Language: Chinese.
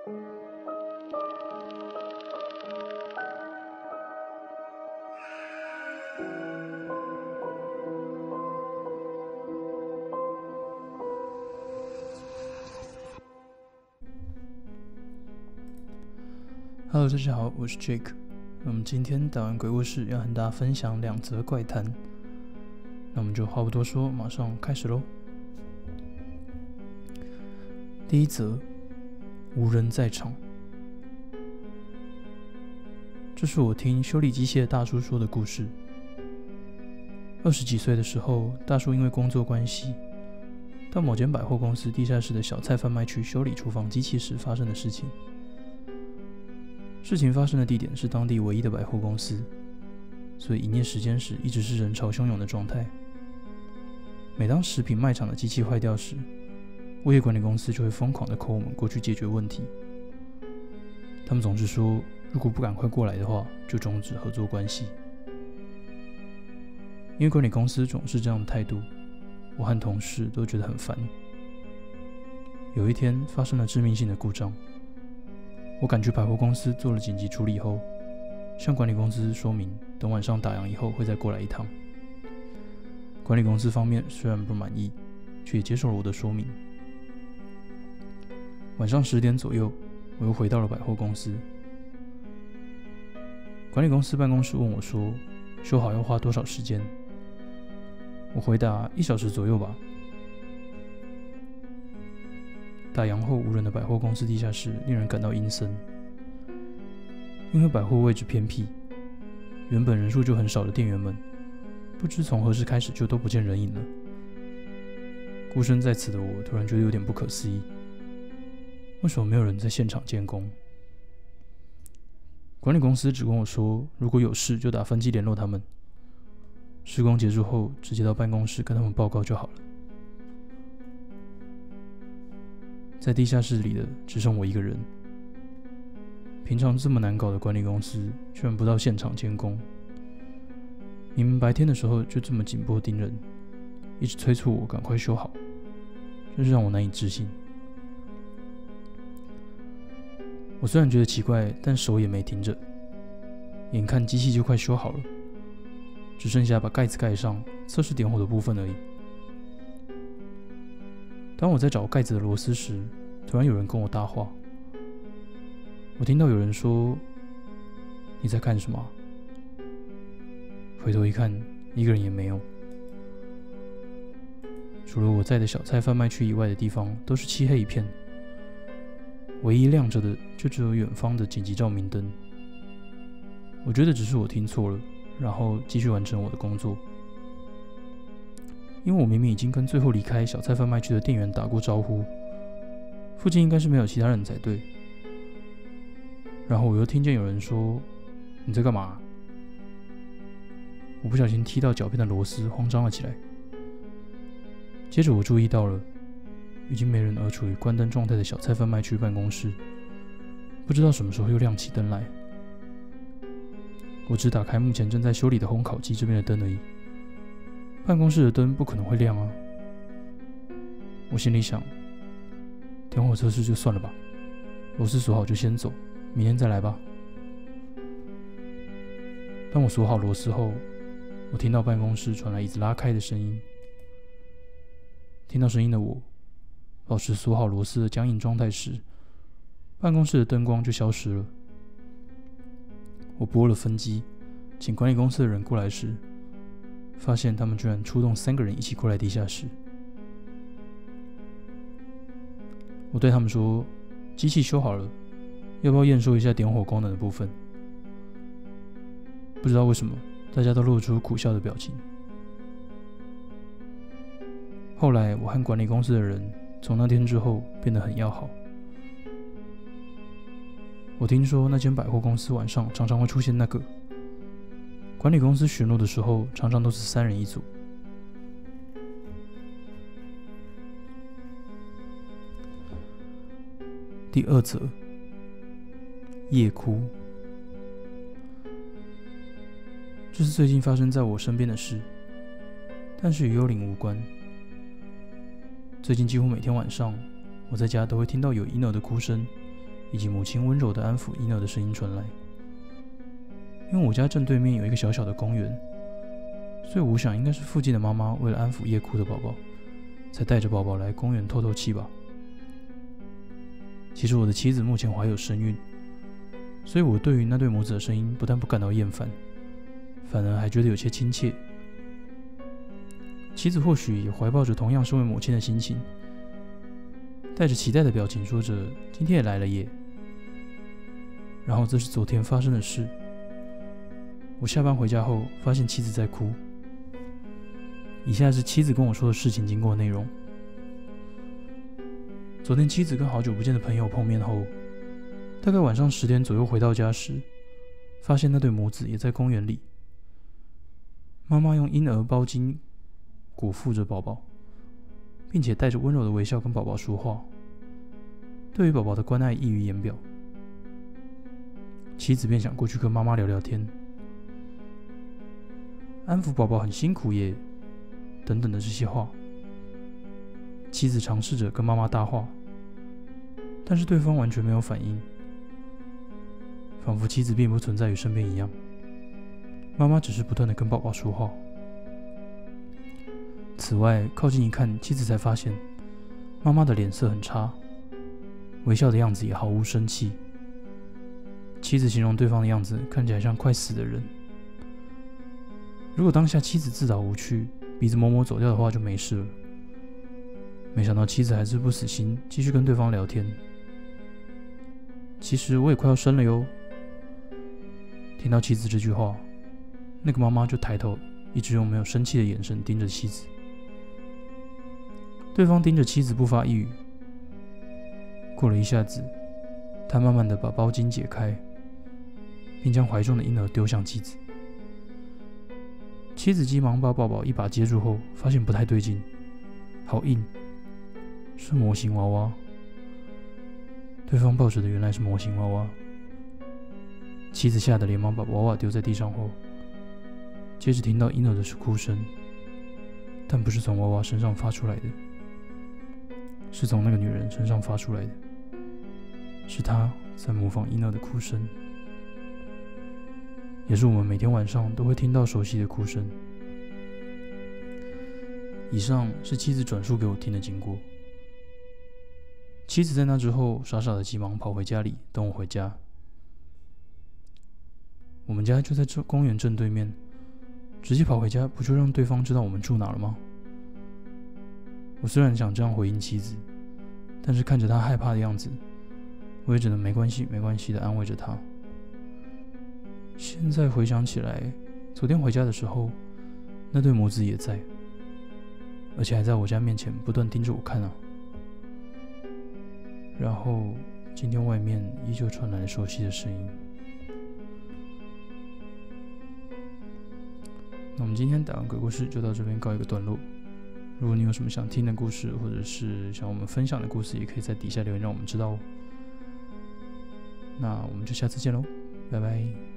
Hello， 大家好，我是 Jake。我们今天打完鬼故事，要和大家分享2则怪谈。那我们就话不多说，马上开始咯。第一则，无人在场。这是我听修理机械的大叔说的故事。20几岁的时候，大叔因为工作关系，到某间百货公司地下室的小菜贩卖区修理厨房机器时发生的事情。事情发生的地点是当地唯一的百货公司，所以营业时间时一直是人潮汹涌的状态。每当食品卖场的机器坏掉时，物业管理公司就会疯狂地 call 我们过去解决问题。他们总是说，如果不赶快过来的话，就终止合作关系。因为管理公司总是这样的态度，我和同事都觉得很烦。有一天发生了致命性的故障。我赶去百货公司做了紧急处理后，向管理公司说明，等晚上打烊以后会再过来一趟。管理公司方面虽然不满意，却也接受了我的说明。晚上10点左右，我又回到了百货公司。管理公司办公室问我说，修好要花多少时间？我回答1小时左右吧。打烊后无人的百货公司地下室令人感到阴森，因为百货位置偏僻，原本人数就很少的店员们，不知从何时开始就都不见人影了。孤身在此的我突然觉得有点不可思议，为什么没有人在现场监工？管理公司只跟我说，如果有事就打分机联络他们，施工结束后直接到办公室跟他们报告就好了。在地下室里的只剩我一个人。平常这么难搞的管理公司，居然不到现场监工。明明白天的时候就这么紧迫盯人，一直催促我赶快修好，真是让我难以置信。我虽然觉得奇怪，但手也没停着。眼看机器就快修好了，只剩下把盖子盖上，测试点火的部分而已。当我在找盖子的螺丝时，突然有人跟我搭话。我听到有人说：“你在看什么啊？”回头一看，一个人也没有。除了我在的小菜贩卖区以外的地方，都是漆黑一片。唯一亮着的，就只有远方的紧急照明灯。我觉得只是我听错了，然后继续完成我的工作。因为我明明已经跟最后离开小菜贩卖区的店员打过招呼，附近应该是没有其他人才对。然后我又听见有人说：“你在干嘛？”我不小心踢到脚边的螺丝，慌张了起来。接着我注意到了，已经没人而处于关灯状态的小菜贩卖区办公室，不知道什么时候又亮起灯来。我只打开目前正在修理的烘烤机这边的灯而已。办公室的灯不可能会亮啊！我心里想，点火测试就算了吧，螺丝锁好就先走，明天再来吧。当我锁好螺丝后，我听到办公室传来椅子拉开的声音。听到声音的我，保持锁好螺丝的僵硬状态时，办公室的灯光就消失了。我拨了分机，请管理公司的人过来时，发现他们居然出动3个人一起过来地下室。我对他们说，机器修好了，要不要验收一下点火功能的部分？不知道为什么，大家都露出苦笑的表情。后来我和管理公司的人从那天之后变得很要好。我听说那间百货公司晚上常常会出现那个管理公司巡逻的时候，常常都是3人一组。第2则，夜哭。这是最近发生在我身边的事，但是与幽灵无关。最近几乎每天晚上，我在家都会听到有婴儿的哭声， 以及母亲温柔的安抚婴儿的声音传来。因为我家正对面有一个小小的公园，所以我想应该是附近的妈妈为了安抚夜哭的宝宝，才带着宝宝来公园透透气吧。其实我的妻子目前怀有身孕，所以我对于那对母子的声音不但不感到厌烦，反而还觉得有些亲切。妻子或许也怀抱着同样身为母亲的心情，带着期待的表情说着今天也来了耶。然后这是昨天发生的事。我下班回家后发现妻子在哭。以下是妻子跟我说的事情经过的内容。昨天妻子跟好久不见的朋友碰面后，大概晚上10点左右回到家时，发现那对母子也在公园里。妈妈用婴儿包巾裹覆着宝宝，并且带着温柔的微笑跟宝宝说话，对于宝宝的关爱溢于言表。妻子便想过去跟妈妈聊聊天，安抚宝宝很辛苦耶，等等的这些话。妻子尝试着跟妈妈搭话，但是对方完全没有反应，仿佛妻子并不存在于身边一样。妈妈只是不断的跟宝宝说话。此外，靠近一看，妻子才发现妈妈的脸色很差，微笑的样子也毫无生气。妻子形容对方的样子看起来像快死的人。如果当下妻子自讨无趣，鼻子摸摸走掉的话就没事了。没想到妻子还是不死心，继续跟对方聊天。其实我也快要生了哟。听到妻子这句话，那个妈妈就抬头，一直用没有生气的眼神盯着妻子。对方盯着妻子不发一语。过了一下子，他慢慢的把包巾解开，并将怀中的婴儿丢向妻子。妻子急忙把宝宝一把接住后，发现不太对劲，好硬，是模型娃娃。对方抱着的原来是模型娃娃。妻子吓得连忙把娃娃丢在地上后，接着听到婴儿的哭声，但不是从娃娃身上发出来的，是从那个女人身上发出来的，是她在模仿婴儿的哭声，也是我们每天晚上都会听到熟悉的哭声。以上是妻子转述给我听的经过。妻子在那之后傻傻的急忙跑回家里等我回家。我们家就在这公园正对面，直接跑回家不就让对方知道我们住哪了吗？我虽然想这样回应妻子，但是看着她害怕的样子，我也只能没关系没关系的安慰着她。现在回想起来，昨天回家的时候，那对母子也在，而且还在我家面前不断盯着我看啊。然后今天外面依旧传来熟悉的声音。那我们今天打完鬼故事就到这边告一个段落。如果你有什么想听的故事，或者是想我们分享的故事，也可以在底下留言让我们知道哦。那我们就下次见喽，拜拜。